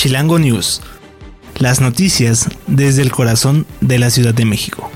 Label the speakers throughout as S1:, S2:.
S1: Chilango News. Las noticias desde el corazón de la Ciudad de México.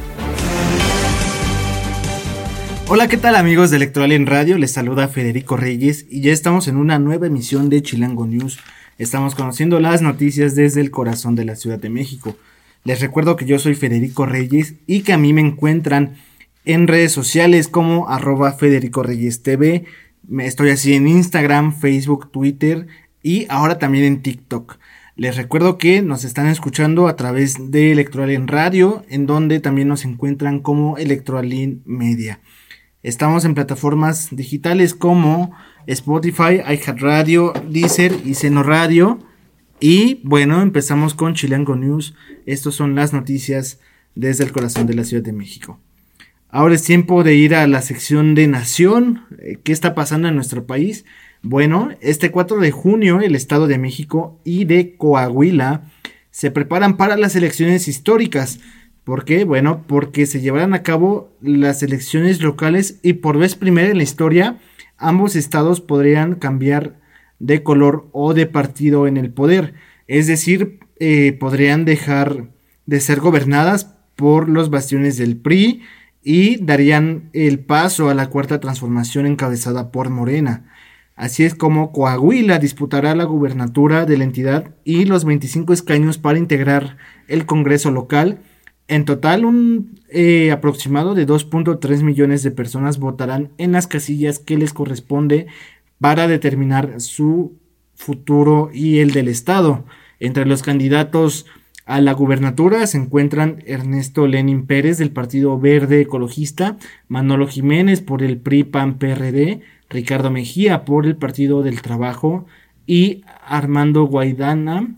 S2: Hola, ¿qué tal amigos de Electroalien Radio? Les saluda Federico Reyes y ya estamos en una nueva emisión de Chilango News. Estamos conociendo las noticias desde el corazón de la Ciudad de México. Les recuerdo que yo soy Federico Reyes y que a mí me encuentran en redes sociales como @FedericoReyesTV. Estoy así en Instagram, Facebook, Twitter y ahora también en TikTok. Les recuerdo que nos están escuchando a través de Electroalien Radio, en donde también nos encuentran como Electroalien Media. Estamos en plataformas digitales como Spotify, iHeartRadio, Deezer y Seno Radio. Y bueno, empezamos con Chilango News. Estas son las noticias desde el corazón de la Ciudad de México. Ahora es tiempo de ir a la sección de Nación. ¿Qué está pasando en nuestro país? Bueno, este 4 de junio el Estado de México y de Coahuila se preparan para las elecciones históricas. ¿Por qué? Bueno, porque se llevarán a cabo las elecciones locales y por vez primera en la historia ambos estados podrían cambiar de color o de partido en el poder. Es decir, podrían dejar de ser gobernadas por los bastiones del PRI y darían el paso a la cuarta transformación encabezada por Morena. Así es como Coahuila disputará la gubernatura de la entidad y los 25 escaños para integrar el Congreso local. En total, un aproximado de 2.3 millones de personas votarán en las casillas que les corresponde para determinar su futuro y el del estado. Entre los candidatos a la gubernatura se encuentran Ernesto Lenin Pérez del Partido Verde Ecologista, Manolo Jiménez por el PRI-PAN-PRD, Ricardo Mejía por el Partido del Trabajo y Armando Guadiana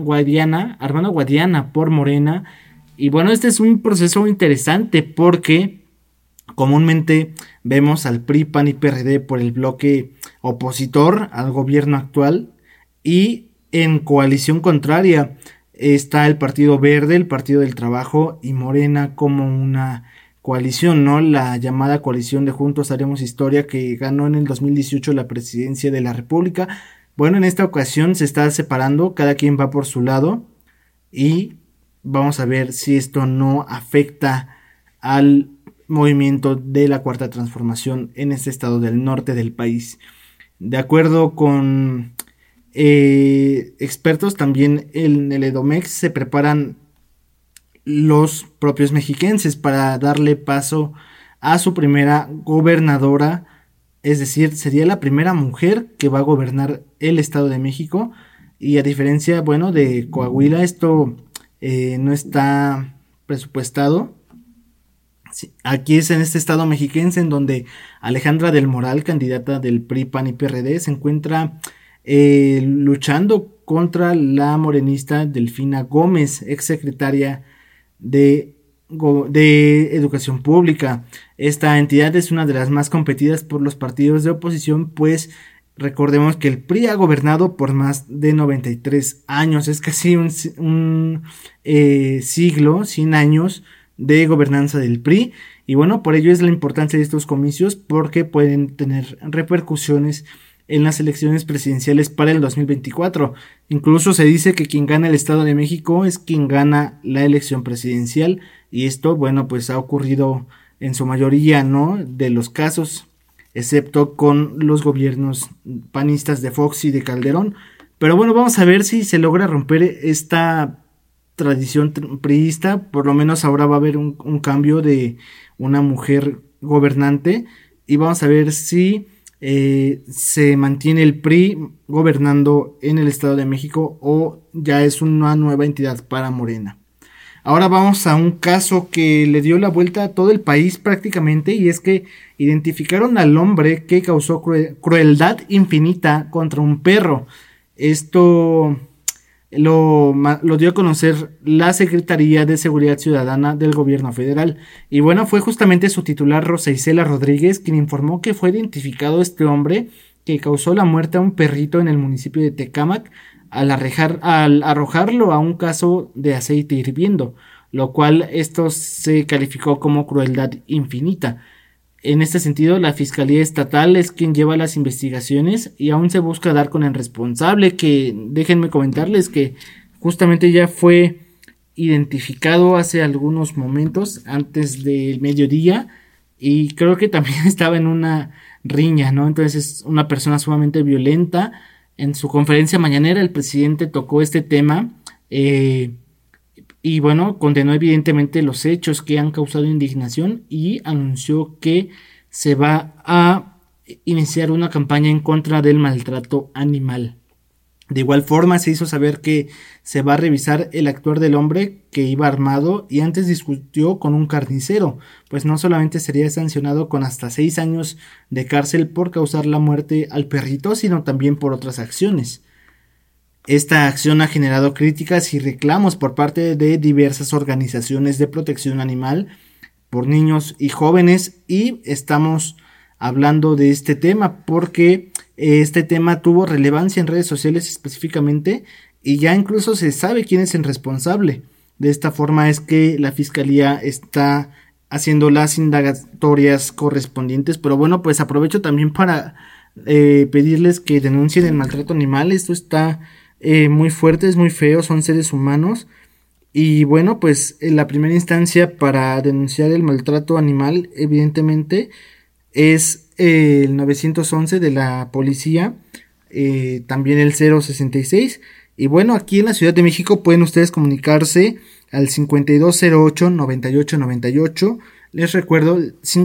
S2: por Morena. Y bueno, este es un proceso interesante porque comúnmente vemos al PRI, PAN y PRD por el bloque opositor al gobierno actual y en coalición contraria está el Partido Verde, el Partido del Trabajo y Morena como una coalición, ¿no? La llamada coalición de Juntos Haremos Historia que ganó en el 2018 la presidencia de la República. Bueno, en esta ocasión se está separando, cada quien va por su lado y vamos a ver si esto no afecta al movimiento de la cuarta transformación en este estado del norte del país. De acuerdo con expertos, también en el Edomex se preparan los propios mexiquenses para darle paso a su primera gobernadora, es decir, sería la primera mujer que va a gobernar el Estado de México y a diferencia, bueno, de Coahuila, esto no está presupuestado. Sí, aquí es en este estado mexiquense en donde Alejandra del Moral, candidata del PRI, PAN y PRD, se encuentra luchando contra la morenista Delfina Gómez, exsecretaria de Educación Pública. Esta entidad es una de las más competidas por los partidos de oposición, pues recordemos que el PRI ha gobernado por más de 93 años, es casi un siglo, 100 años de gobernanza del PRI, y bueno, por ello es la importancia de estos comicios porque pueden tener repercusiones en las elecciones presidenciales para el 2024. Incluso se dice que quien gana el Estado de México es quien gana la elección presidencial y esto, bueno, pues ha ocurrido en su mayoría, ¿no?, de los casos, excepto con los gobiernos panistas de Fox y de Calderón. Pero bueno, vamos a ver si se logra romper esta tradición priista. Por lo menos ahora va a haber un cambio de una mujer gobernante y vamos a ver si se mantiene el PRI gobernando en el Estado de México o ya es una nueva entidad para Morena. Ahora vamos a un caso que le dio la vuelta a todo el país prácticamente, y es que identificaron al hombre que causó crueldad infinita contra un perro. Esto lo dio a conocer la Secretaría de Seguridad Ciudadana del Gobierno Federal. Y bueno, fue justamente su titular Rosa Isela Rodríguez quien informó que fue identificado este hombre que causó la muerte a un perrito en el municipio de Tecámac al arrojarlo a un cazo de aceite hirviendo, lo cual esto se calificó como crueldad infinita. En este sentido, la Fiscalía Estatal es quien lleva las investigaciones y aún se busca dar con el responsable, que déjenme comentarles que justamente ya fue identificado hace algunos momentos antes del mediodía y creo que también estaba en una riña, ¿no? Entonces es una persona sumamente violenta. En su conferencia mañanera el presidente tocó este tema y bueno, condenó evidentemente los hechos que han causado indignación y anunció que se va a iniciar una campaña en contra del maltrato animal. De igual forma se hizo saber que se va a revisar el actuar del hombre que iba armado y antes discutió con un carnicero, pues no solamente sería sancionado con hasta 6 años de cárcel por causar la muerte al perrito, sino también por otras acciones. Esta acción ha generado críticas y reclamos por parte de diversas organizaciones de protección animal por niños y jóvenes y estamos hablando de este tema porque este tema tuvo relevancia en redes sociales específicamente y ya incluso se sabe quién es el responsable. De esta forma es que la fiscalía está haciendo las indagatorias correspondientes, pero bueno, pues aprovecho también para pedirles que denuncien el maltrato animal. Esto está muy fuerte, es muy feo, son seres humanos. Y bueno, pues en la primera instancia para denunciar el maltrato animal, evidentemente, es el 911 de la policía, también el 066. Y bueno, aquí en la Ciudad de México pueden ustedes comunicarse al 5208-9898. Les recuerdo,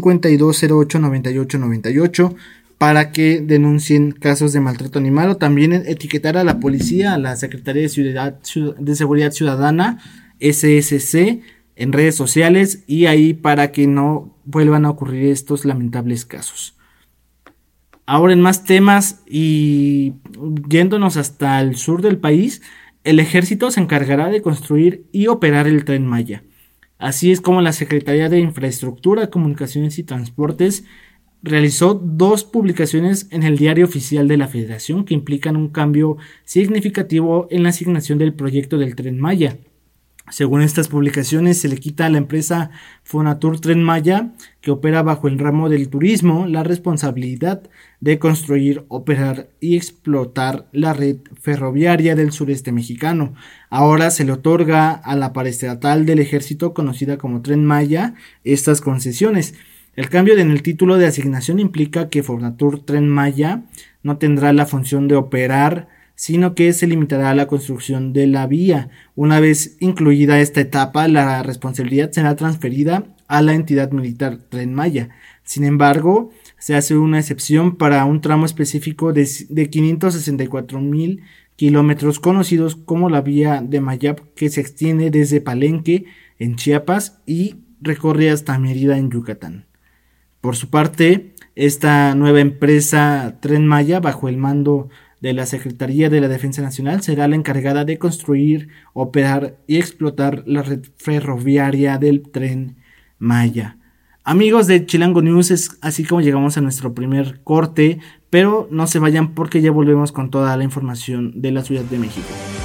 S2: 5208-9898. Para que denuncien casos de maltrato animal o también etiquetar a la policía, a la Secretaría de Seguridad Ciudadana, SSC, en redes sociales y ahí para que no vuelvan a ocurrir estos lamentables casos. Ahora en más temas y yéndonos hasta el sur del país, el ejército se encargará de construir y operar el Tren Maya. Así es como la Secretaría de Infraestructura, Comunicaciones y Transportes realizó 2 publicaciones en el Diario Oficial de la Federación que implican un cambio significativo en la asignación del proyecto del Tren Maya. Según estas publicaciones, se le quita a la empresa Fonatur Tren Maya, que opera bajo el ramo del turismo, la responsabilidad de construir, operar y explotar la red ferroviaria del sureste mexicano. Ahora se le otorga a la paraestatal del Ejército, conocida como Tren Maya, estas concesiones. El cambio en el título de asignación implica que Fonatur Tren Maya no tendrá la función de operar, sino que se limitará a la construcción de la vía. Una vez incluida esta etapa, la responsabilidad será transferida a la entidad militar Tren Maya. Sin embargo, se hace una excepción para un tramo específico de 564,000 kilómetros conocidos como la vía de Mayap, que se extiende desde Palenque en Chiapas y recorre hasta Mérida en Yucatán. Por su parte, esta nueva empresa Tren Maya, bajo el mando de la Secretaría de la Defensa Nacional, será la encargada de construir, operar y explotar la red ferroviaria del Tren Maya. Amigos de Chilango News, es así como llegamos a nuestro primer corte, pero no se vayan porque ya volvemos con toda la información de la Ciudad de México.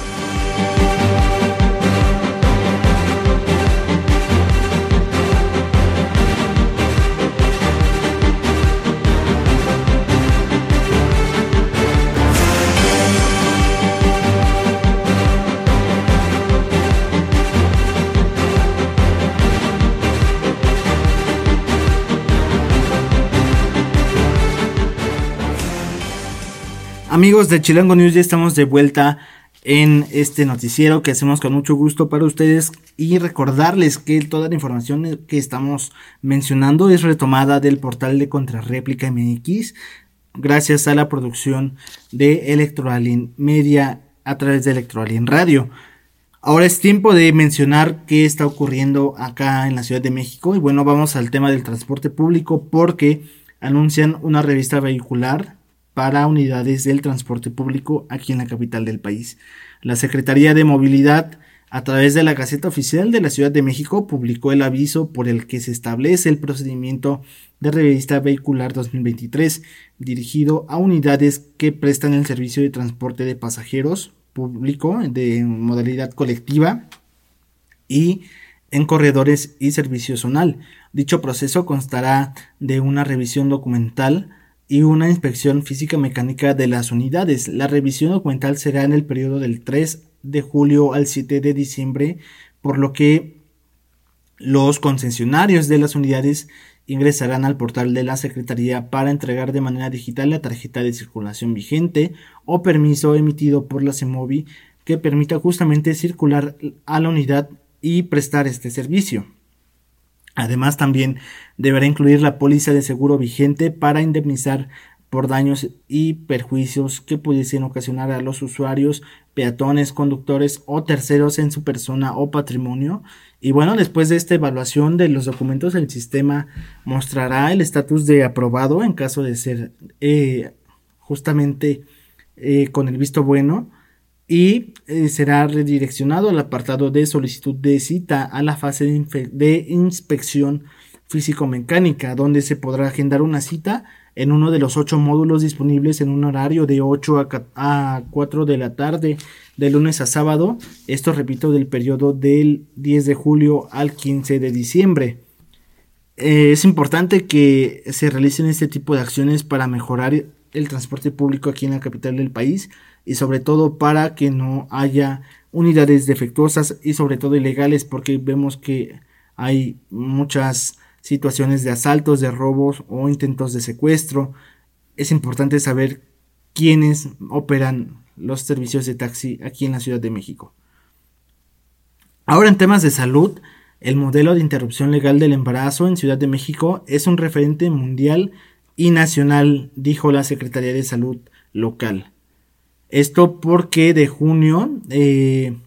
S2: Amigos de Chilango News, ya estamos de vuelta en este noticiero que hacemos con mucho gusto para ustedes y recordarles que toda la información que estamos mencionando es retomada del portal de Contrarréplica MX gracias a la producción de Electroalien Media a través de Electroalien Radio. Ahora es tiempo de mencionar qué está ocurriendo acá en la Ciudad de México y bueno, vamos al tema del transporte público porque anuncian una revista vehicular para unidades del transporte público aquí en la capital del país. La Secretaría de Movilidad, a través de la Gaceta Oficial de la Ciudad de México, publicó el aviso por el que se establece el procedimiento de revista vehicular 2023, dirigido a unidades que prestan el servicio de transporte de pasajeros público de modalidad colectiva y en corredores y servicio zonal. Dicho proceso constará de una revisión documental y una inspección física mecánica de las unidades. La revisión documental será en el periodo del 3 de julio al 7 de diciembre, por lo que los concesionarios de las unidades ingresarán al portal de la Secretaría para entregar de manera digital la tarjeta de circulación vigente o permiso emitido por la CEMOVI que permita justamente circular a la unidad y prestar este servicio. Además, también deberá incluir la póliza de seguro vigente para indemnizar por daños y perjuicios que pudiesen ocasionar a los usuarios, peatones, conductores o terceros en su persona o patrimonio. Y bueno, después de esta evaluación de los documentos, el sistema mostrará el estatus de aprobado en caso de ser justamente con el visto bueno, y será redireccionado al apartado de solicitud de cita a la fase de inspección físico-mecánica, donde se podrá agendar una cita en uno de los 8 módulos disponibles en un horario de 8 a 4 de la tarde, de lunes a sábado. Esto, repito, del periodo del 10 de julio al 15 de diciembre. Es importante que se realicen este tipo de acciones para mejorar el transporte público aquí en la capital del país y sobre todo para que no haya unidades defectuosas y sobre todo ilegales, porque vemos que hay muchas situaciones de asaltos, de robos o intentos de secuestro. Es importante saber quiénes operan los servicios de taxi aquí en la Ciudad de México. Ahora, en temas de salud, el modelo de interrupción legal del embarazo en Ciudad de México es un referente mundial y nacional, dijo la Secretaría de Salud local. Esto porque de junio del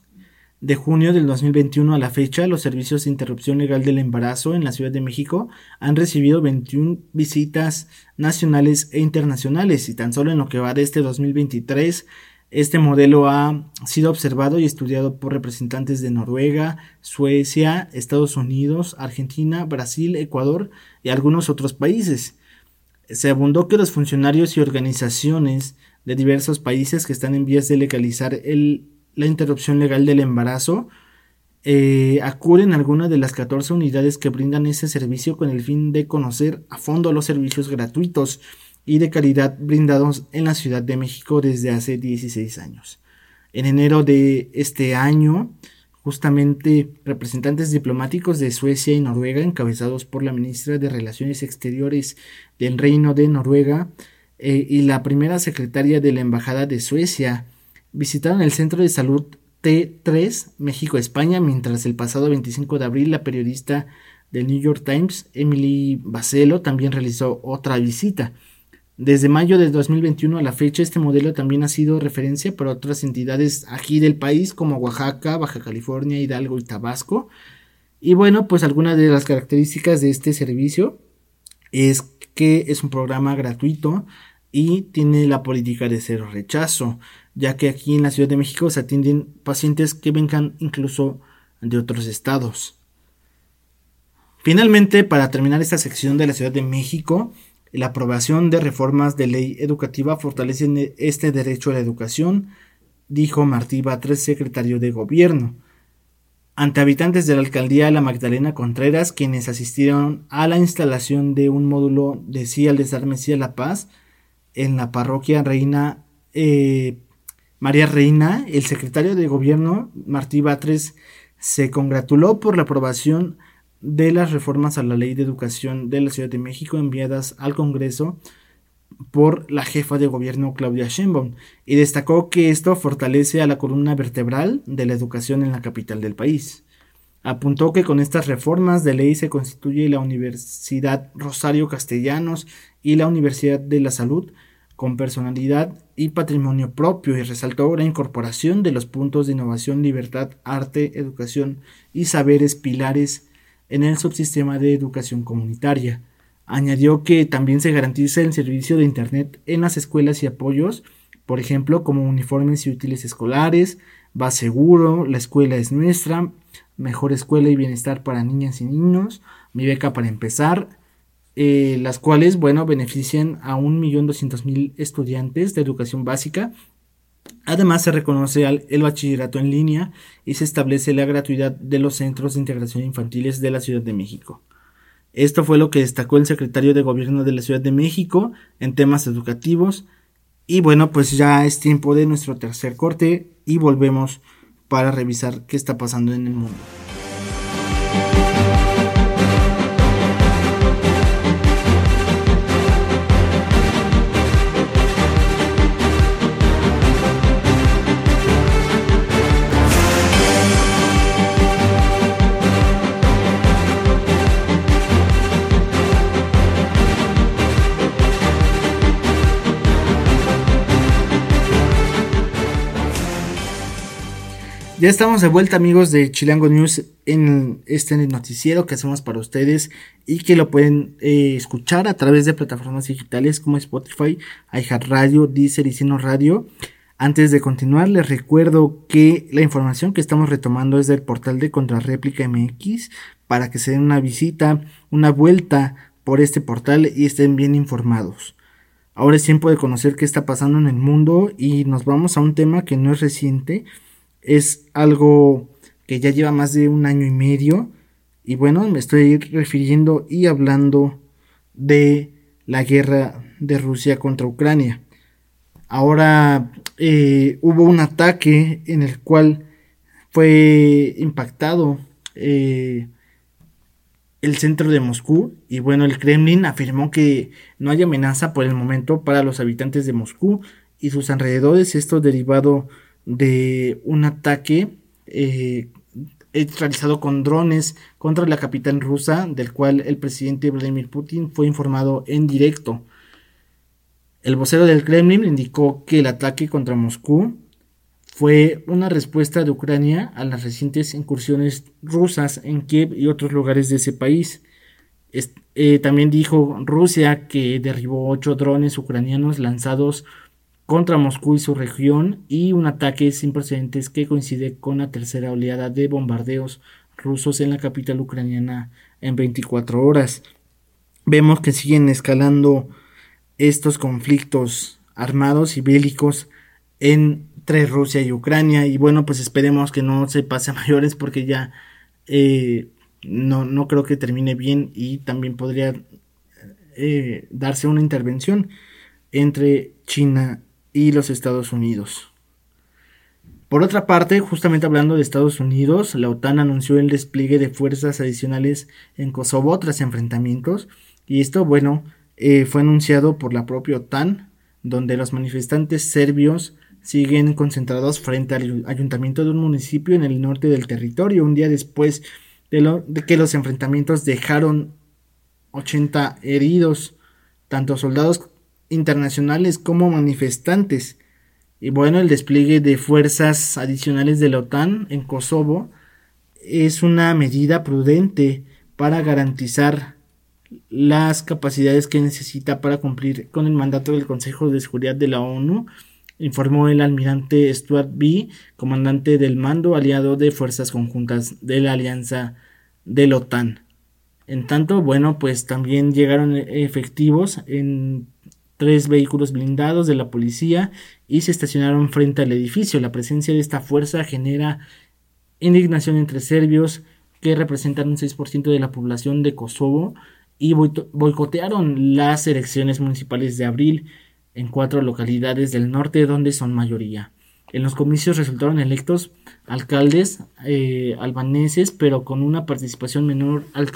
S2: 2021 a la fecha, los servicios de interrupción legal del embarazo en la Ciudad de México han recibido 21 visitas nacionales e internacionales, y tan solo en lo que va de este 2023, este modelo ha sido observado y estudiado por representantes de Noruega, Suecia, Estados Unidos, Argentina, Brasil, Ecuador y algunos otros países. Se abundó que los funcionarios y organizaciones de diversos países que están en vías de legalizar la interrupción legal del embarazo acuden a alguna de las 14 unidades que brindan ese servicio con el fin de conocer a fondo los servicios gratuitos y de calidad brindados en la Ciudad de México desde hace 16 años. En enero de este año, justamente representantes diplomáticos de Suecia y Noruega, encabezados por la ministra de Relaciones Exteriores del Reino de Noruega y la primera secretaria de la Embajada de Suecia, visitaron el Centro de Salud T3 México-España, mientras el pasado 25 de abril la periodista del New York Times, Emily Bacelo, también realizó otra visita. Desde mayo de 2021 a la fecha, este modelo también ha sido referencia para otras entidades aquí del país como Oaxaca, Baja California, Hidalgo y Tabasco. Y bueno, pues algunas de las características de este servicio es que es un programa gratuito y tiene la política de cero rechazo, ya que aquí en la Ciudad de México se atienden pacientes que vengan incluso de otros estados. Finalmente, para terminar esta sección de la Ciudad de México, la aprobación de reformas de ley educativa fortalecen este derecho a la educación, dijo Martí Batres, secretario de Gobierno, ante habitantes de la alcaldía La Magdalena Contreras, quienes asistieron a la instalación de un módulo de CIAL de Mesía La Paz en la parroquia María Reina. El secretario de Gobierno, Martí Batres, se congratuló por la aprobación de las reformas a la Ley de Educación de la Ciudad de México enviadas al Congreso por la jefa de gobierno Claudia Sheinbaum, y destacó que esto fortalece a la columna vertebral de la educación en la capital del país. Apuntó que con estas reformas de ley se constituye la Universidad Rosario Castellanos y la Universidad de la Salud con personalidad y patrimonio propio, y resaltó la incorporación de los puntos de innovación, libertad, arte, educación y saberes pilares en el subsistema de educación comunitaria. Añadió que también se garantiza el servicio de internet en las escuelas y apoyos, por ejemplo, como uniformes y útiles escolares, Va Seguro, La Escuela es Nuestra, Mejor Escuela y Bienestar para Niñas y Niños, Mi Beca para Empezar, las cuales, benefician a 1.200.000 estudiantes de educación básica, Además, se reconoce el bachillerato en línea y se establece la gratuidad de los centros de integración infantiles de la Ciudad de México. Esto fue lo que destacó el secretario de Gobierno de la Ciudad de México en temas educativos. Y bueno, pues ya es tiempo de nuestro tercer corte y volvemos para revisar qué está pasando en el mundo. Ya estamos de vuelta, amigos de Chilango News, en este noticiero que hacemos para ustedes y que lo pueden escuchar a través de plataformas digitales como Spotify, iHeartRadio, Deezer y Seno Radio. Antes de continuar, les recuerdo que la información que estamos retomando es del portal de Contrarréplica MX, para que se den una visita, una vuelta por este portal y estén bien informados. Ahora es tiempo de conocer qué está pasando en el mundo y nos vamos a un tema que no es reciente. Es algo que ya lleva más de 1 año y medio. Y bueno, me estoy refiriendo y hablando de la guerra de Rusia contra Ucrania. Ahora hubo un ataque en el cual fue impactado el centro de Moscú. Y bueno, el Kremlin afirmó que no hay amenaza por el momento para los habitantes de Moscú y sus alrededores. Esto derivado de un ataque realizado con drones contra la capital rusa, del cual el presidente Vladimir Putin fue informado en directo. El vocero del Kremlin indicó que el ataque contra Moscú fue una respuesta de Ucrania a las recientes incursiones rusas en Kiev y otros lugares de ese país. También dijo Rusia que derribó 8 drones ucranianos lanzados contra Moscú y su región, y un ataque sin precedentes que coincide con la tercera oleada de bombardeos rusos en la capital ucraniana en 24 horas. Vemos que siguen escalando estos conflictos armados y bélicos entre Rusia y Ucrania, y bueno, pues esperemos que no se pase a mayores, porque ya no creo que termine bien, y también podría darse una intervención entre China y los Estados Unidos. Por otra parte, justamente hablando de Estados Unidos, la OTAN anunció el despliegue de fuerzas adicionales en Kosovo tras enfrentamientos, y esto, bueno, fue anunciado por la propia OTAN, donde los manifestantes serbios siguen concentrados frente al ayuntamiento de un municipio en el norte del territorio, un día después de que los enfrentamientos dejaron 80 heridos, tanto soldados internacionales como manifestantes. Y bueno, el despliegue de fuerzas adicionales de la OTAN en Kosovo es una medida prudente para garantizar las capacidades que necesita para cumplir con el mandato del Consejo de Seguridad de la ONU, informó el almirante Stuart B., comandante del mando aliado de fuerzas conjuntas de la alianza de la OTAN. En tanto, bueno, pues también llegaron efectivos en 3 vehículos blindados de la policía y se estacionaron frente al edificio. La presencia de esta fuerza genera indignación entre serbios, que representan un 6% de la población de Kosovo, y boicotearon las elecciones municipales de abril en 4 localidades del norte, donde son mayoría. En los comicios resultaron electos alcaldes albaneses, pero con una participación menor al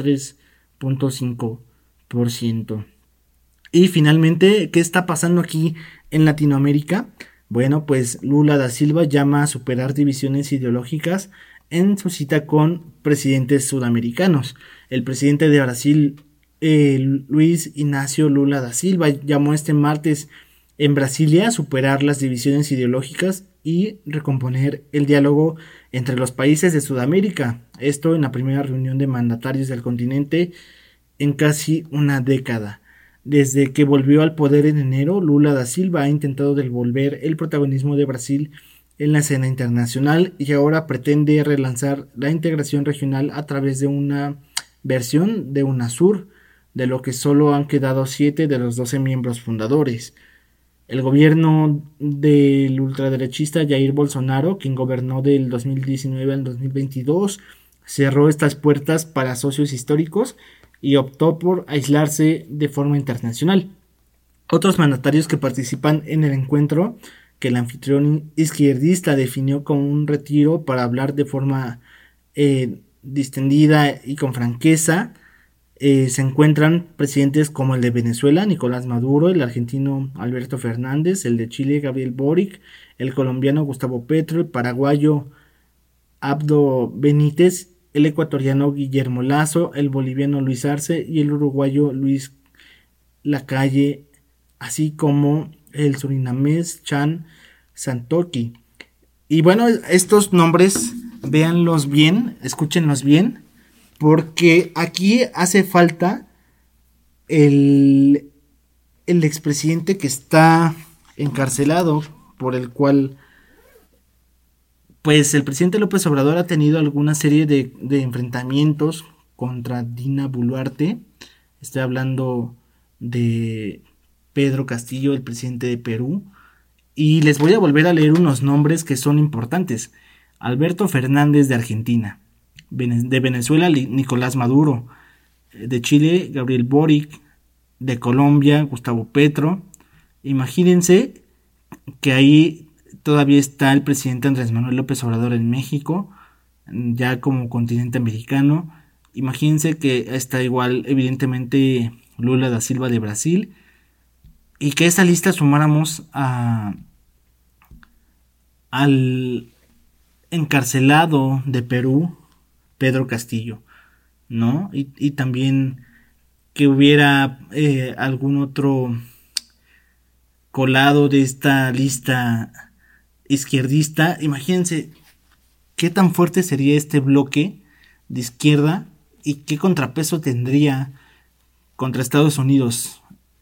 S2: 3.5%. Y finalmente, ¿qué está pasando aquí en Latinoamérica? Bueno, pues Lula da Silva llama a superar divisiones ideológicas en su cita con presidentes sudamericanos. El presidente de Brasil, Luis Ignacio Lula da Silva, llamó este martes en Brasilia a superar las divisiones ideológicas y recomponer el diálogo entre los países de Sudamérica. Esto en la primera reunión de mandatarios del continente en casi una década. Desde que volvió al poder en enero, Lula da Silva ha intentado devolver el protagonismo de Brasil en la escena internacional y ahora pretende relanzar la integración regional a través de una versión de UNASUR, de lo que solo han quedado 7 de los 12 miembros fundadores. El gobierno del ultraderechista Jair Bolsonaro, quien gobernó del 2019 al 2022, cerró estas puertas para socios históricos y optó por aislarse de forma internacional. Otros mandatarios que participan en el encuentro, que el anfitrión izquierdista definió como un retiro para hablar de forma distendida y con franqueza, se encuentran presidentes como el de Venezuela, Nicolás Maduro, el argentino Alberto Fernández, el de Chile, Gabriel Boric, el colombiano Gustavo Petro, el paraguayo Abdo Benítez, el ecuatoriano Guillermo Lasso, el boliviano Luis Arce y el uruguayo Luis Lacalle, así como el surinamés Chan Santoki. Y bueno, estos nombres, véanlos bien, escúchenlos bien, porque aquí hace falta el expresidente que está encarcelado, por el cual pues el presidente López Obrador ha tenido alguna serie de enfrentamientos contra Dina Boluarte. Estoy hablando de Pedro Castillo, el presidente de Perú, y les voy a volver a leer unos nombres que son importantes. Alberto Fernández de Argentina, de Venezuela Nicolás Maduro, de Chile Gabriel Boric, de Colombia Gustavo Petro. Imagínense que ahí todavía está el presidente Andrés Manuel López Obrador en México, ya como continente americano. Imagínense que está igual evidentemente Lula da Silva de Brasil, y que a esta lista sumáramos al encarcelado de Perú, Pedro Castillo, ¿no? Y también que hubiera algún otro colado de esta lista izquierdista. Imagínense qué tan fuerte sería este bloque de izquierda y qué contrapeso tendría contra Estados Unidos.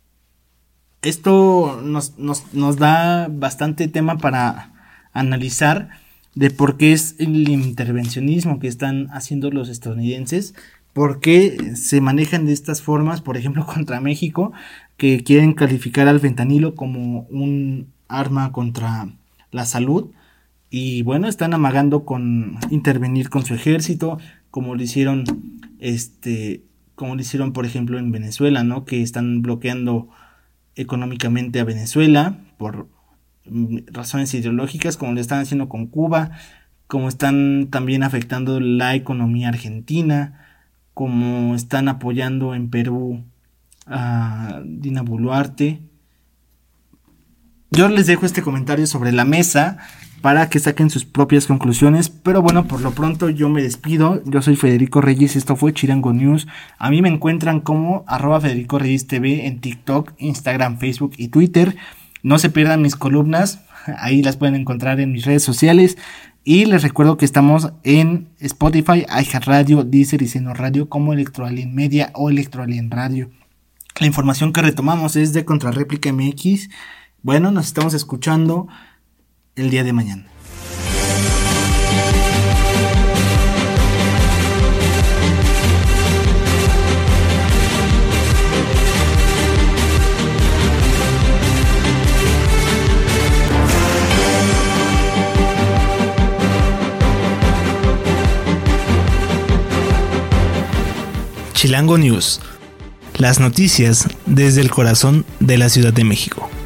S2: Esto nos da bastante tema para analizar de por qué es el intervencionismo que están haciendo los estadounidenses, por qué se manejan de estas formas, por ejemplo contra México, que quieren calificar al fentanilo como un arma contra la salud, y bueno, están amagando con intervenir con su ejército, como lo hicieron por ejemplo en Venezuela, ¿no? Que están bloqueando económicamente a Venezuela por razones ideológicas, como lo están haciendo con Cuba, como están también afectando la economía argentina, como están apoyando en Perú a Dina Boluarte. Yo les dejo este comentario sobre la mesa para que saquen sus propias conclusiones, pero bueno, por lo pronto yo me despido. Yo soy Federico Reyes, esto fue Chilango News. A mí me encuentran como @Federico Reyes TV en TikTok, Instagram, Facebook y Twitter. No se pierdan mis columnas, ahí las pueden encontrar en mis redes sociales. Y les recuerdo que estamos en Spotify, iHeartRadio, Deezer y Seno Radio como Electroalien Media o Electroalien Radio. La información que retomamos es de Contrarréplica MX. Bueno, nos estamos escuchando el día de mañana.
S1: Chilango News. Las noticias desde el corazón de la Ciudad de México.